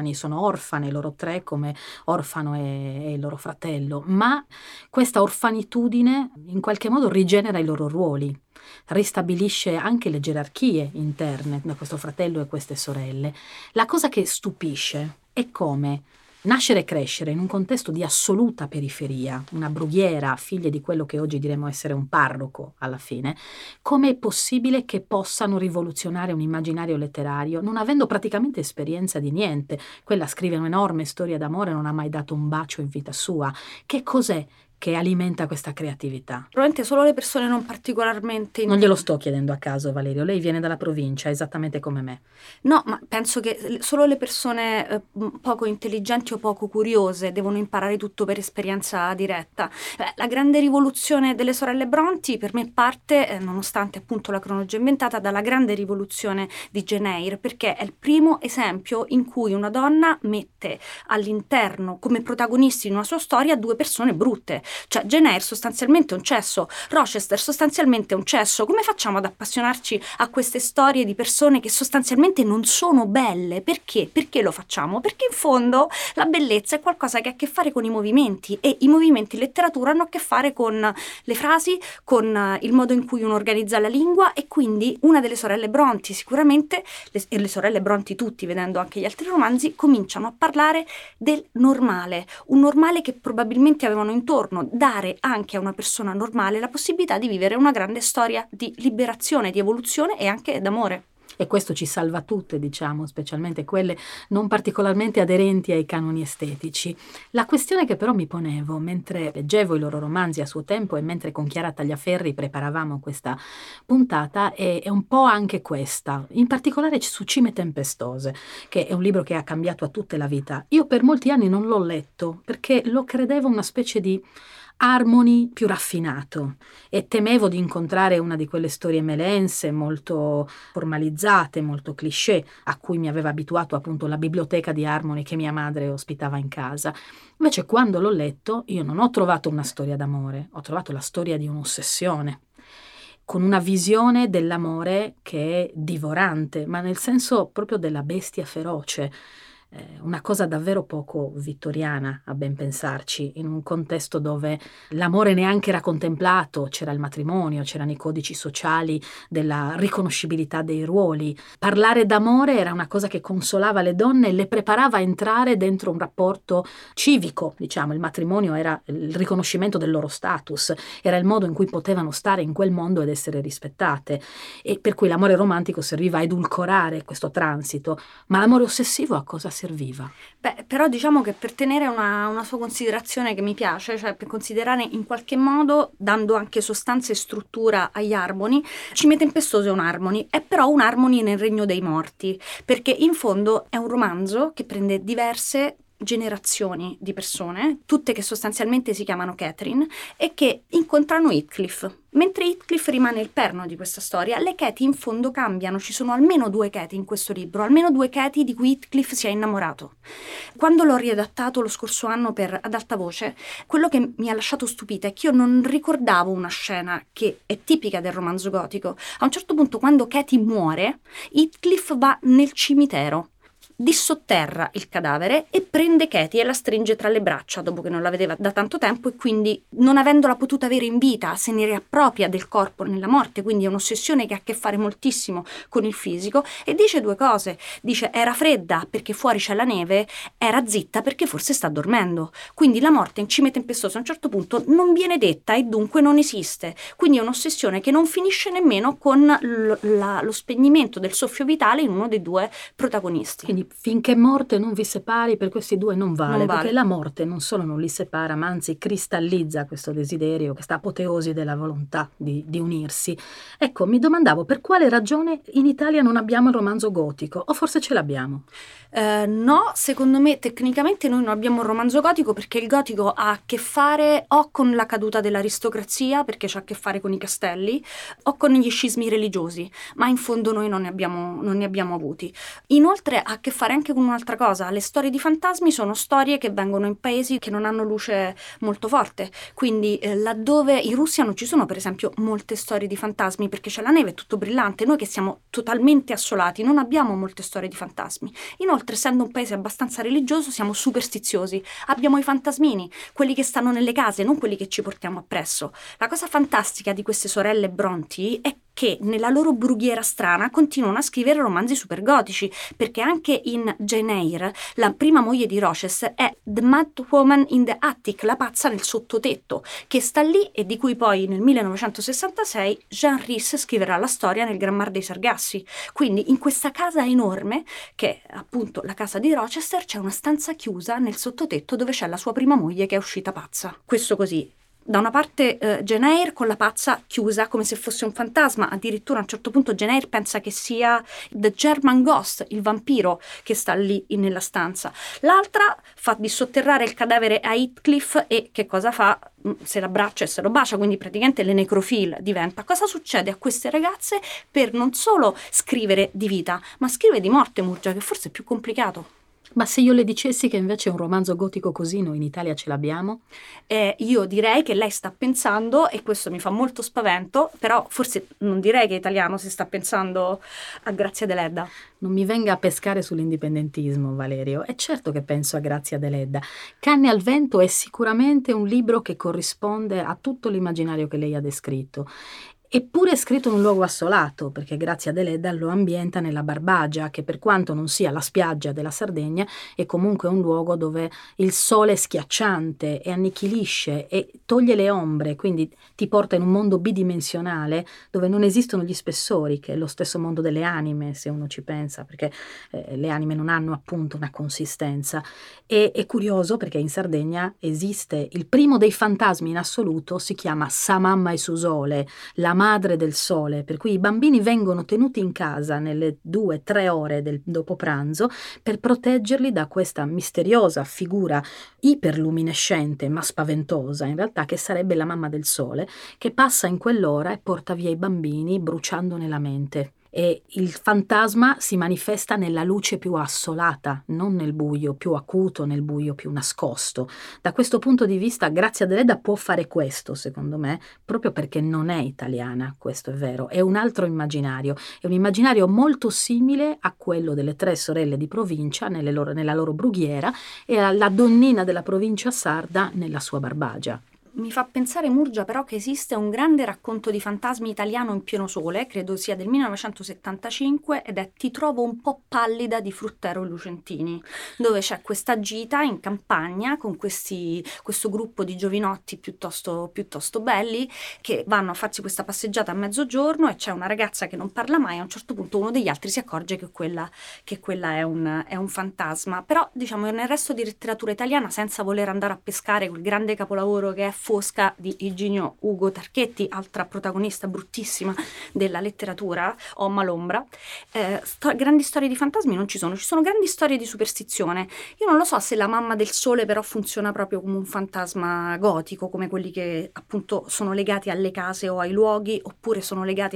orfane loro tre, come orfano e il loro fratello, ma questa orfanitudine in qualche modo rigenera i loro ruoli, ristabilisce anche le gerarchie interne da questo fratello e queste sorelle. La cosa che stupisce è come nascere e crescere in un contesto di assoluta periferia, una brughiera, figlie di quello che oggi diremmo essere un parroco alla fine, come è possibile che possano rivoluzionare un immaginario letterario non avendo praticamente esperienza di niente? Quella scrive un'enorme storia d'amore, non ha mai dato un bacio in vita sua. Che cos'è che alimenta questa creatività? Probabilmente solo le persone non particolarmente... Non glielo sto chiedendo a caso, Valerio, lei viene dalla provincia, esattamente come me. No, ma penso che solo le persone poco intelligenti o poco curiose devono imparare tutto per esperienza diretta. La grande rivoluzione delle sorelle Brontë per me parte, nonostante appunto la cronologia inventata, dalla grande rivoluzione di Jane Eyre, perché è il primo esempio in cui una donna mette all'interno, come protagonisti in una sua storia, due persone brutte. Cioè Jane Eyre sostanzialmente è un cesso, Rochester sostanzialmente è un cesso. Come facciamo ad appassionarci a queste storie di persone che sostanzialmente non sono belle? Perché? Perché lo facciamo? Perché in fondo la bellezza è qualcosa che ha a che fare con i movimenti, e i movimenti in letteratura hanno a che fare con le frasi, con il modo in cui uno organizza la lingua, e quindi una delle sorelle Brontë sicuramente, e le sorelle Brontë tutti, vedendo anche gli altri romanzi, cominciano a parlare del normale, un normale che probabilmente avevano intorno, dare anche a una persona normale la possibilità di vivere una grande storia di liberazione, di evoluzione e anche d'amore. E questo ci salva tutte, diciamo, specialmente quelle non particolarmente aderenti ai canoni estetici. La questione che però mi ponevo mentre leggevo i loro romanzi a suo tempo e mentre con Chiara Tagliaferri preparavamo questa puntata è un po' anche questa, in particolare su Cime tempestose, che è un libro che ha cambiato a tutte la vita. Io per molti anni non l'ho letto perché lo credevo una specie di Harmony più raffinato e temevo di incontrare una di quelle storie melense molto formalizzate, molto cliché, a cui mi aveva abituato appunto la biblioteca di Harmony che mia madre ospitava in casa. Invece quando l'ho letto io non ho trovato una storia d'amore, ho trovato la storia di un'ossessione, con una visione dell'amore che è divorante, ma nel senso proprio della bestia feroce. Una cosa davvero poco vittoriana, a ben pensarci, in un contesto dove l'amore neanche era contemplato, c'era il matrimonio, c'erano i codici sociali della riconoscibilità dei ruoli. Parlare d'amore era una cosa che consolava le donne e le preparava a entrare dentro un rapporto civico, diciamo. Il matrimonio era il riconoscimento del loro status, era il modo in cui potevano stare in quel mondo ed essere rispettate, e per cui l'amore romantico serviva a edulcorare questo transito, ma l'amore ossessivo a cosa serviva? Beh, però diciamo che per tenere una sua considerazione che mi piace, cioè per considerare in qualche modo, dando anche sostanza e struttura agli Harmony, Cime tempestose è un Harmony, è però un Harmony nel regno dei morti, perché in fondo è un romanzo che prende diverse generazioni di persone, tutte che sostanzialmente si chiamano Catherine, e che incontrano Heathcliff. Mentre Heathcliff rimane il perno di questa storia, le Katie in fondo cambiano. Ci sono almeno 2 Katie in questo libro, almeno 2 Katie di cui Heathcliff si è innamorato. Quando l'ho riadattato lo scorso anno ad alta voce, quello che mi ha lasciato stupita è che io non ricordavo una scena che è tipica del romanzo gotico. A un certo punto, quando Katie muore, Heathcliff va nel cimitero, dissotterra il cadavere e prende Katie e la stringe tra le braccia dopo che non la vedeva da tanto tempo, e quindi, non avendola potuta avere in vita, se ne riappropria del corpo nella morte. Quindi è un'ossessione che ha a che fare moltissimo con il fisico, e dice 2 cose. Dice: era fredda perché fuori c'è la neve, era zitta perché forse sta dormendo. Quindi la morte in Cime tempestose a un certo punto non viene detta e dunque non esiste. Quindi è un'ossessione che non finisce nemmeno con lo spegnimento del soffio vitale in uno dei 2 protagonisti. Quindi finché morte non vi separi, per questi due non vale, Non vale. perché la morte non solo non li separa, ma anzi cristallizza questo desiderio, questa apoteosi della volontà di unirsi. Ecco, mi domandavo per quale ragione in Italia non abbiamo il romanzo gotico, o forse ce l'abbiamo? No, secondo me tecnicamente noi non abbiamo un romanzo gotico perché il gotico ha a che fare o con la caduta dell'aristocrazia, perché c'ha a che fare con i castelli, o con gli scismi religiosi, ma in fondo noi non ne abbiamo avuti. Inoltre ha a che fare anche con un'altra cosa: le storie di fantasmi sono storie che vengono in paesi che non hanno luce molto forte, quindi laddove in Russia non ci sono per esempio molte storie di fantasmi perché c'è la neve, è tutto brillante, noi che siamo totalmente assolati non abbiamo molte storie di fantasmi. Inoltre, essendo un paese abbastanza religioso, siamo superstiziosi, abbiamo i fantasmini, quelli che stanno nelle case, non quelli che ci portiamo appresso. La cosa fantastica di queste sorelle Brontë è che nella loro brughiera strana continuano a scrivere romanzi supergotici, perché anche in Jane Eyre la prima moglie di Rochester è The Mad Woman in the Attic, la pazza nel sottotetto, che sta lì e di cui poi nel 1966 Jean Rhys scriverà la storia nel Gran Mar dei Sargassi. Quindi in questa casa enorme, che è appunto la casa di Rochester, c'è una stanza chiusa nel sottotetto dove c'è la sua prima moglie che è uscita pazza. Questo così. Da una parte Jane Eyre con la pazza chiusa come se fosse un fantasma, addirittura a un certo punto Jane Eyre pensa che sia The German Ghost, il vampiro che sta lì nella stanza. L'altra fa di sotterrare il cadavere a Heathcliff e che cosa fa? Se l'abbraccia e se lo bacia, quindi praticamente le necrofile diventa. Cosa succede a queste ragazze per non solo scrivere di vita, ma scrivere di morte, Murgia, che forse è più complicato. Ma se io le dicessi che invece un romanzo gotico così noi in Italia ce l'abbiamo? Io direi che lei sta pensando, e questo mi fa molto spavento, però forse non direi che è italiano se sta pensando a Grazia Deledda. Non mi venga a pescare sull'indipendentismo, Valerio. È certo che penso a Grazia Deledda. Canne al vento è sicuramente un libro che corrisponde a tutto l'immaginario che lei ha descritto. Eppure è scritto in un luogo assolato, perché Grazia Deledda lo ambienta nella Barbagia, che per quanto non sia la spiaggia della Sardegna, è comunque un luogo dove il sole è schiacciante e annichilisce e toglie le ombre, quindi ti porta in un mondo bidimensionale dove non esistono gli spessori, che è lo stesso mondo delle anime, se uno ci pensa, perché le anime non hanno appunto una consistenza. E è curioso perché in Sardegna esiste il primo dei fantasmi in assoluto, si chiama Sa mamma e Susole, la madre del sole, per cui i bambini vengono tenuti in casa nelle 2-3 ore del dopo pranzo per proteggerli da questa misteriosa figura iperluminescente ma spaventosa, in realtà, che sarebbe la mamma del sole, che passa in quell'ora e porta via i bambini bruciandone la mente. E il fantasma si manifesta nella luce più assolata, non nel buio più acuto, nel buio più nascosto. Da questo punto di vista Grazia Deledda può fare questo, secondo me, proprio perché non è italiana, questo è vero, è un altro immaginario, è un immaginario molto simile a quello delle 3 sorelle di provincia nella loro brughiera e alla donnina della provincia sarda nella sua Barbagia. Mi fa pensare, Murgia, però, che esiste un grande racconto di fantasmi italiano in pieno sole, credo sia del 1975, ed è Ti trovo un po' pallida di Fruttero e Lucentini, dove c'è questa gita in campagna con questo gruppo di giovinotti piuttosto belli che vanno a farsi questa passeggiata a mezzogiorno e c'è una ragazza che non parla mai, a un certo punto uno degli altri si accorge che quella è un fantasma. Però, diciamo, nel resto di letteratura italiana, senza voler andare a pescare quel grande capolavoro che è Fosca di Igino Ugo Tarchetti, altra protagonista bruttissima della letteratura, o Malombra, grandi storie di fantasmi non ci sono grandi storie di superstizione. Io non lo so se la mamma del sole però funziona proprio come un fantasma gotico, come quelli che appunto sono legati alle case o ai luoghi, oppure sono legati a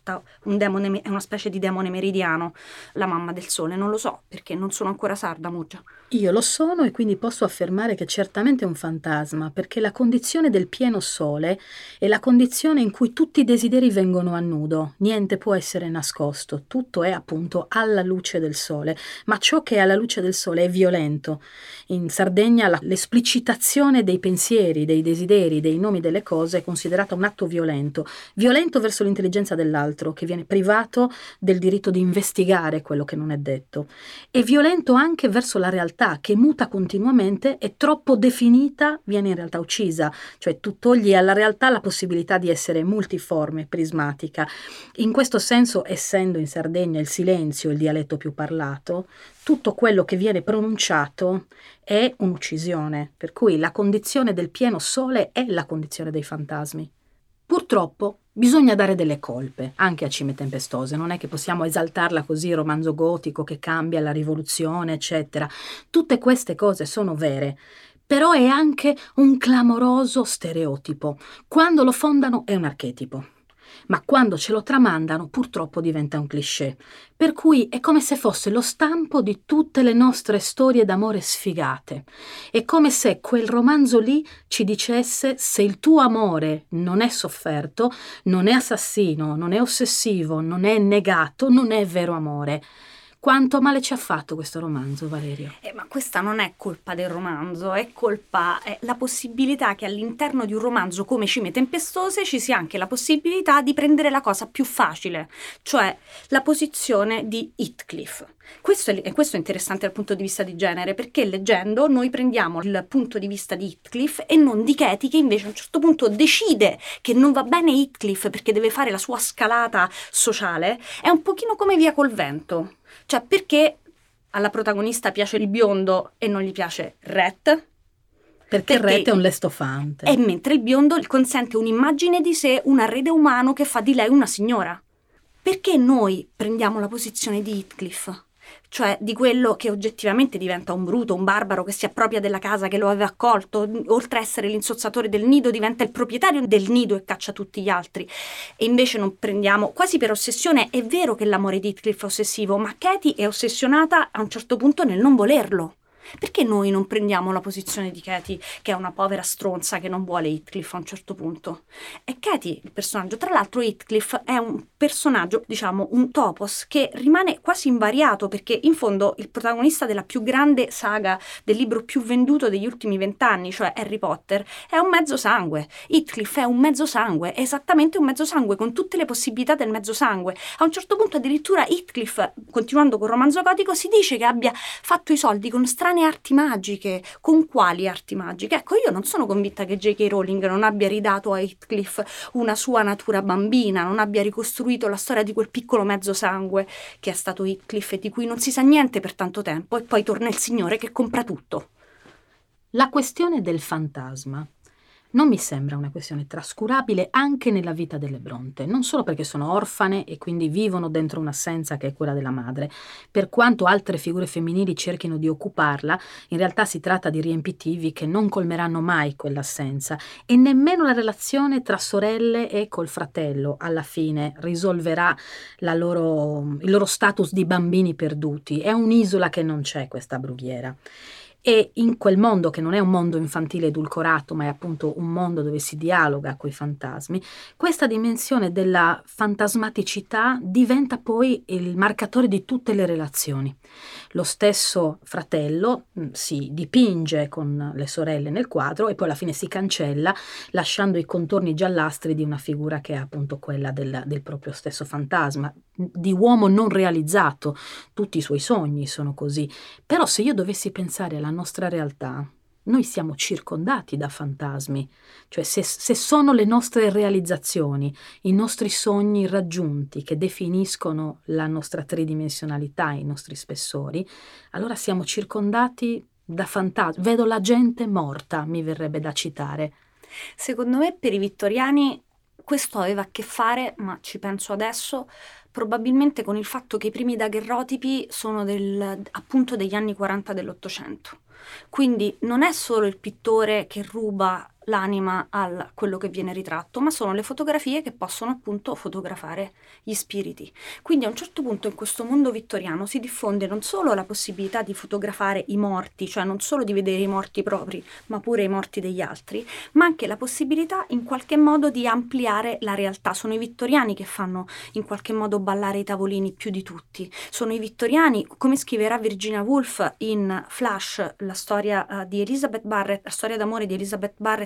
una specie di demone meridiano, la mamma del sole. Non lo so, perché non sono ancora sarda, Murgia. Io lo sono e quindi posso affermare che certamente è un fantasma, perché la condizione del pieno sole è la condizione in cui tutti i desideri vengono a nudo, niente può essere nascosto, tutto è appunto alla luce del sole, ma ciò che è alla luce del sole è violento. In Sardegna l'esplicitazione dei pensieri, dei desideri, dei nomi delle cose è considerata un atto violento verso l'intelligenza dell'altro, che viene privato del diritto di investigare quello che non è detto, e violento anche verso la realtà, realtà che muta continuamente è troppo definita, viene in realtà uccisa, cioè tu togli alla realtà la possibilità di essere multiforme, prismatica. In questo senso, essendo in Sardegna il silenzio il dialetto più parlato, tutto quello che viene pronunciato è un'uccisione, per cui la condizione del pieno sole è la condizione dei fantasmi. Purtroppo bisogna dare delle colpe anche a Cime Tempestose, non è che possiamo esaltarla così, il romanzo gotico che cambia la rivoluzione, eccetera. Tutte queste cose sono vere, però è anche un clamoroso stereotipo. Quando lo fondano è un archetipo, ma quando ce lo tramandano purtroppo diventa un cliché. Per cui è come se fosse lo stampo di tutte le nostre storie d'amore sfigate. È come se quel romanzo lì ci dicesse: se il tuo amore non è sofferto, non è assassino, non è ossessivo, non è negato, non è vero amore. Quanto male ci ha fatto questo romanzo, Valerio? Ma questa non è colpa del romanzo, è la possibilità che all'interno di un romanzo come Cime Tempestose ci sia anche la possibilità di prendere la cosa più facile, cioè la posizione di Heathcliff. Questo è interessante dal punto di vista di genere, perché leggendo noi prendiamo il punto di vista di Heathcliff e non di Katie, che invece a un certo punto decide che non va bene Heathcliff perché deve fare la sua scalata sociale. È un pochino come Via col vento. Cioè, perché alla protagonista piace il biondo e non gli piace Rhett? Perché Rhett è un lestofante. E mentre il biondo consente un'immagine di sé, un arredo umano che fa di lei una signora. Perché noi prendiamo la posizione di Heathcliff? Cioè di quello che oggettivamente diventa un bruto, un barbaro che si appropria della casa che lo aveva accolto, oltre a essere l'insozzatore del nido diventa il proprietario del nido e caccia tutti gli altri. E invece non prendiamo, quasi per ossessione, è vero che l'amore di Heathcliff è ossessivo, ma Katie è ossessionata a un certo punto nel non volerlo. Perché noi non prendiamo la posizione di Katie, che è una povera stronza che non vuole Heathcliff a un certo punto? È Katie il personaggio. Tra l'altro Heathcliff è un personaggio, diciamo, un topos che rimane quasi invariato, perché in fondo il protagonista della più grande saga, del libro più venduto degli ultimi 20 anni, cioè Harry Potter, è un mezzo sangue. Heathcliff è un mezzo sangue, è esattamente un mezzo sangue, con tutte le possibilità del mezzo sangue. A un certo punto addirittura Heathcliff, continuando col romanzo gotico, si dice che abbia fatto i soldi con strane arti magiche. Con quali arti magiche? Ecco, io non sono convinta che J.K. Rowling non abbia ridato a Heathcliff una sua natura bambina, non abbia ricostruito la storia di quel piccolo mezzo sangue che è stato Heathcliff e di cui non si sa niente per tanto tempo, e poi torna il signore che compra tutto. La questione del fantasma non mi sembra una questione trascurabile anche nella vita delle Bronte, non solo perché sono orfane e quindi vivono dentro un'assenza che è quella della madre. Per quanto altre figure femminili cerchino di occuparla, in realtà si tratta di riempitivi che non colmeranno mai quell'assenza, e nemmeno la relazione tra sorelle e col fratello alla fine risolverà il loro status di bambini perduti. È un'isola che non c'è, questa brughiera. E in quel mondo, che non è un mondo infantile edulcorato, ma è appunto un mondo dove si dialoga coi fantasmi, questa dimensione della fantasmaticità diventa poi il marcatore di tutte le relazioni. Lo stesso fratello si dipinge con le sorelle nel quadro e poi alla fine si cancella, lasciando i contorni giallastri di una figura che è appunto quella del proprio stesso fantasma, di uomo non realizzato. Tutti i suoi sogni sono così. Però se io dovessi pensare alla nostra realtà, noi siamo circondati da fantasmi, cioè se sono le nostre realizzazioni, i nostri sogni raggiunti che definiscono la nostra tridimensionalità, i nostri spessori, allora siamo circondati da fantasmi. Vedo la gente morta, mi verrebbe da citare. Secondo me per i vittoriani questo aveva a che fare, ma ci penso adesso, probabilmente con il fatto che i primi daguerrotipi sono appunto degli anni 40 dell'Ottocento. Quindi non è solo il pittore che ruba l'anima a quello che viene ritratto, ma sono le fotografie che possono appunto fotografare gli spiriti. Quindi a un certo punto in questo mondo vittoriano si diffonde non solo la possibilità di fotografare i morti, cioè non solo di vedere i morti propri, ma pure i morti degli altri, ma anche la possibilità in qualche modo di ampliare la realtà. Sono i vittoriani che fanno in qualche modo ballare i tavolini più di tutti. Sono i vittoriani, come scriverà Virginia Woolf in Flash, la storia di Elizabeth Barrett, la storia d'amore di Elizabeth Barrett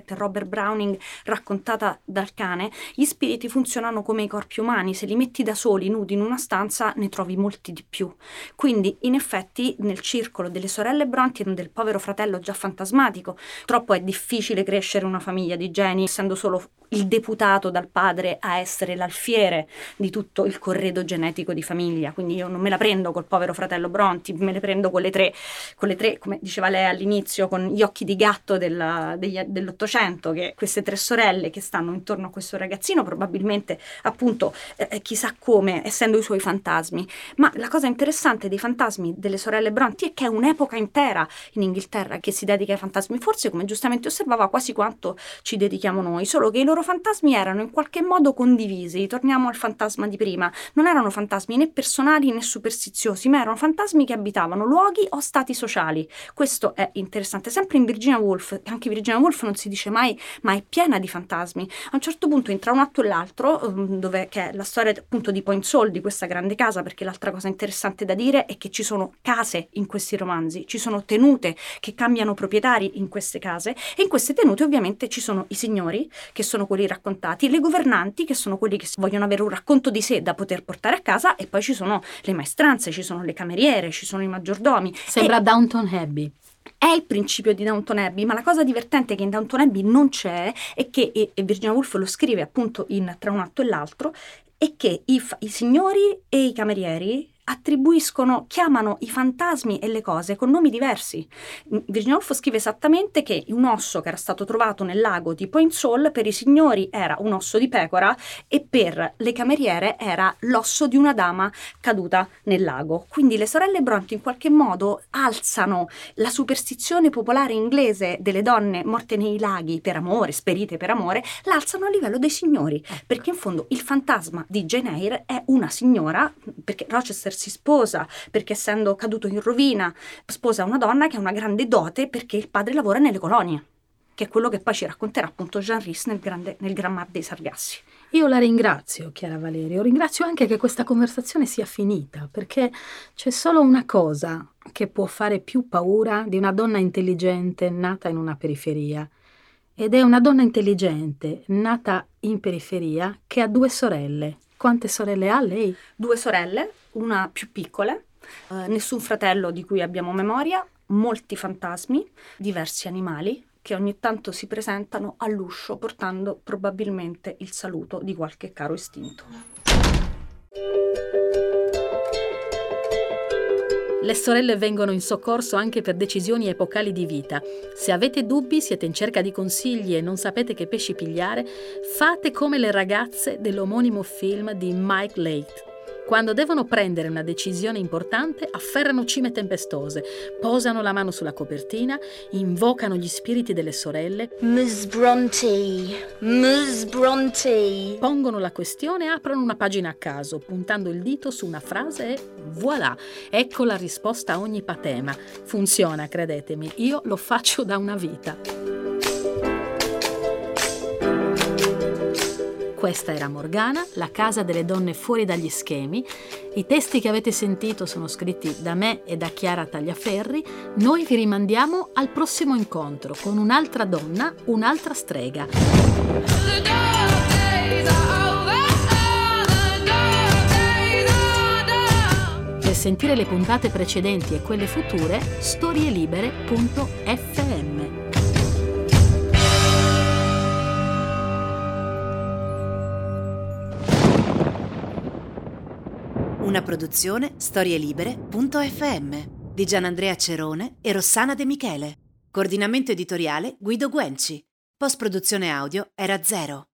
morte, Robert Browning, raccontata dal cane, gli spiriti funzionano come i corpi umani, se li metti da soli, nudi in una stanza, ne trovi molti di più. Quindi in effetti nel circolo delle sorelle Brontë e del povero fratello già fantasmatico, troppo è difficile crescere una famiglia di geni, essendo solo il deputato dal padre a essere l'alfiere di tutto il corredo genetico di famiglia. Quindi io non me la prendo col povero fratello Brontë, me le prendo con le tre, come diceva lei all'inizio, con gli occhi di gatto dell'Ottocento, che queste 3 sorelle che stanno intorno a questo ragazzino, probabilmente appunto chissà come, essendo i suoi fantasmi. Ma la cosa interessante dei fantasmi delle sorelle Brontë è che è un'epoca intera in Inghilterra che si dedica ai fantasmi, forse, come giustamente osservava, quasi quanto ci dedichiamo noi, solo che i loro fantasmi erano in qualche modo condivisi. Torniamo al fantasma di prima, non erano fantasmi né personali né superstiziosi, ma erano fantasmi che abitavano luoghi o stati sociali. Questo è interessante. Sempre in Virginia Woolf, anche Virginia Woolf non si dice mai, ma è piena di fantasmi. A un certo punto, tra un atto e l'altro, che è la storia appunto di Pointsall, di questa grande casa, perché l'altra cosa interessante da dire è che ci sono case in questi romanzi, ci sono tenute che cambiano proprietari in queste case, e in queste tenute ovviamente ci sono i signori, che sono quelli raccontati, le governanti, che sono quelli che vogliono avere un racconto di sé da poter portare a casa, e poi ci sono le maestranze, ci sono le cameriere, ci sono i maggiordomi. Sembra Downton Abbey. È il principio di Downton Abbey, ma la cosa divertente che in Downton Abbey non c'è, è che, e Virginia Woolf lo scrive appunto tra un atto e l'altro, è che i signori e i camerieri chiamano i fantasmi e le cose con nomi diversi. Virginia Woolf scrive esattamente che un osso che era stato trovato nel lago di Pointsall per i signori era un osso di pecora e per le cameriere era l'osso di una dama caduta nel lago. Quindi le sorelle Brontë in qualche modo alzano la superstizione popolare inglese delle donne morte nei laghi per amore, sperite per amore, l'alzano a livello dei signori, perché in fondo il fantasma di Jane Eyre è una signora, perché Rochester si sposa, perché essendo caduto in rovina sposa una donna che ha una grande dote perché il padre lavora nelle colonie, che è quello che poi ci racconterà appunto Jean Rhys nel Gran Mar dei Sargassi. Io la ringrazio, Chiara Valerio, ringrazio anche che questa conversazione sia finita, perché c'è solo una cosa che può fare più paura di una donna intelligente nata in una periferia, ed è una donna intelligente nata in periferia che ha 2 sorelle. Quante sorelle ha lei? 2 sorelle, una più piccole, nessun fratello di cui abbiamo memoria, molti fantasmi, diversi animali che ogni tanto si presentano all'uscio portando probabilmente il saluto di qualche caro estinto. Le sorelle vengono in soccorso anche per decisioni epocali di vita. Se avete dubbi, siete in cerca di consigli e non sapete che pesci pigliare, fate come le ragazze dell'omonimo film di Mike Leigh. Quando devono prendere una decisione importante, afferrano cime tempestose, posano la mano sulla copertina, invocano gli spiriti delle sorelle, Miss Brontë, Miss Brontë. Pongono la questione e aprono una pagina a caso, puntando il dito su una frase e voilà, ecco la risposta a ogni patema. Funziona, credetemi, io lo faccio da una vita. Questa era Morgana, la casa delle donne fuori dagli schemi. I testi che avete sentito sono scritti da me e da Chiara Tagliaferri. Noi vi rimandiamo al prossimo incontro con un'altra donna, un'altra strega. Per sentire le puntate precedenti e quelle future, storielibere.fm. Una produzione storielibere.fm di Gianandrea Cerone e Rossana De Michele. Coordinamento editoriale Guido Guenci. Post-produzione audio Era Zero.